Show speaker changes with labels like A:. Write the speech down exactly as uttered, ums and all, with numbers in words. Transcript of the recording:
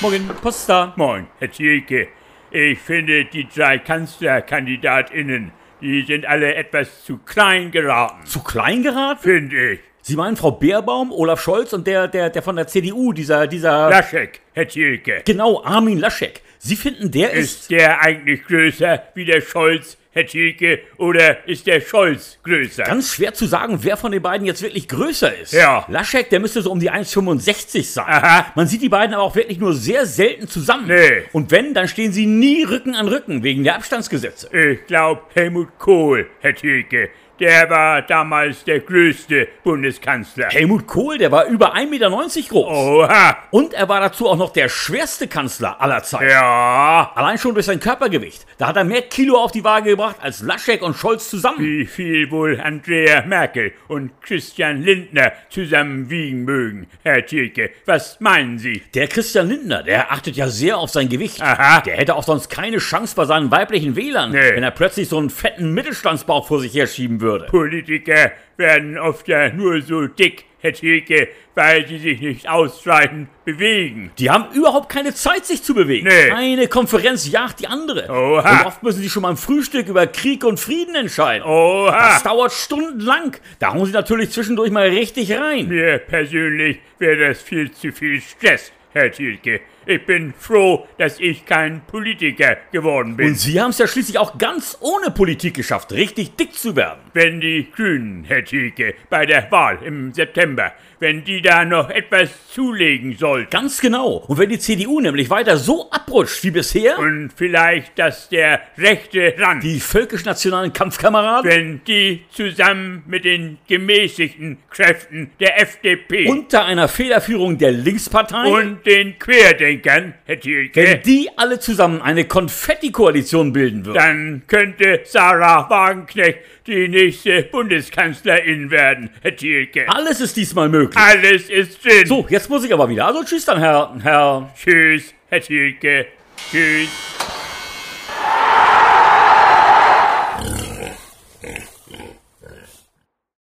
A: Morgen, Posta.
B: Moin, Herr Thielke. Ich finde, die drei KanzlerkandidatInnen, die sind alle etwas zu klein geraten.
A: Zu klein geraten?
B: Finde ich.
A: Sie meinen Frau Baerbaum, Olaf Scholz und der, der, der von der C D U, dieser, dieser...
B: Laschek, Herr Thielke.
A: Genau, Armin Laschek. Sie finden, der ist...
B: Ist der eigentlich größer wie der Scholz, Herr Thielke, oder ist der Scholz größer?
A: Ganz schwer zu sagen, wer von den beiden jetzt wirklich größer ist.
B: Ja.
A: Laschek, der müsste so um die eins Komma fünfundsechzig sein.
B: Aha.
A: Man sieht die beiden aber auch wirklich nur sehr selten zusammen.
B: Nee.
A: Und wenn, dann stehen sie nie Rücken an Rücken, wegen der Abstandsgesetze.
B: Ich glaube Helmut Kohl, Herr Thielke. Der war damals der größte Bundeskanzler.
A: Helmut Kohl, der war über ein Meter neunzig groß.
B: Oha.
A: Und er war dazu auch noch der schwerste Kanzler aller Zeiten.
B: Ja.
A: Allein schon durch sein Körpergewicht. Da hat er mehr Kilo auf die Waage gebracht als Laschek und Scholz zusammen.
B: Wie viel wohl Andrea Merkel und Christian Lindner zusammen wiegen mögen, Herr Thielke? Was meinen Sie?
A: Der Christian Lindner, der achtet ja sehr auf sein Gewicht.
B: Aha.
A: Der hätte auch sonst keine Chance bei seinen weiblichen Wählern,
B: Nee.
A: wenn er plötzlich so einen fetten Mittelstandsbauch vor sich herschieben würde.
B: Politiker werden oft ja nur so dick, Herr Thielke, weil sie sich nicht ausreichend bewegen.
A: Die haben überhaupt keine Zeit, sich zu bewegen.
B: Nee.
A: Eine Konferenz jagt die andere.
B: Oha.
A: Und oft müssen sie schon beim Frühstück über Krieg und Frieden entscheiden.
B: Oha.
A: Das dauert stundenlang. Da hauen sie natürlich zwischendurch mal richtig rein.
B: Mir persönlich wäre das viel zu viel Stress, Herr Thielke. Ich bin froh, dass ich kein Politiker geworden bin.
A: Und Sie haben es ja schließlich auch ganz ohne Politik geschafft, richtig dick zu werden.
B: Wenn die Grünen, Herr Thielke, bei der Wahl im September, wenn die da noch etwas zulegen sollten.
A: Ganz genau. Und wenn die C D U nämlich weiter so abrutscht wie bisher,
B: Und vielleicht, dass der rechte Rand,
A: die völkisch-nationalen Kampfkameraden
B: wenn die zusammen mit den gemäßigten Kräften der F D P
A: unter einer Federführung der Linkspartei,
B: und den Querdenkern, Herr Thielke,
A: wenn die alle zusammen eine Konfetti-Koalition bilden würden.
B: dann könnte Sarah Wagenknecht die nächste Bundeskanzlerin werden, Herr Thielke.
A: Alles ist diesmal möglich.
B: Alles ist drin.
A: So, jetzt muss ich aber wieder. Also tschüss dann, Herr, Herr...
B: Tschüss, Herr Thielke. Tschüss.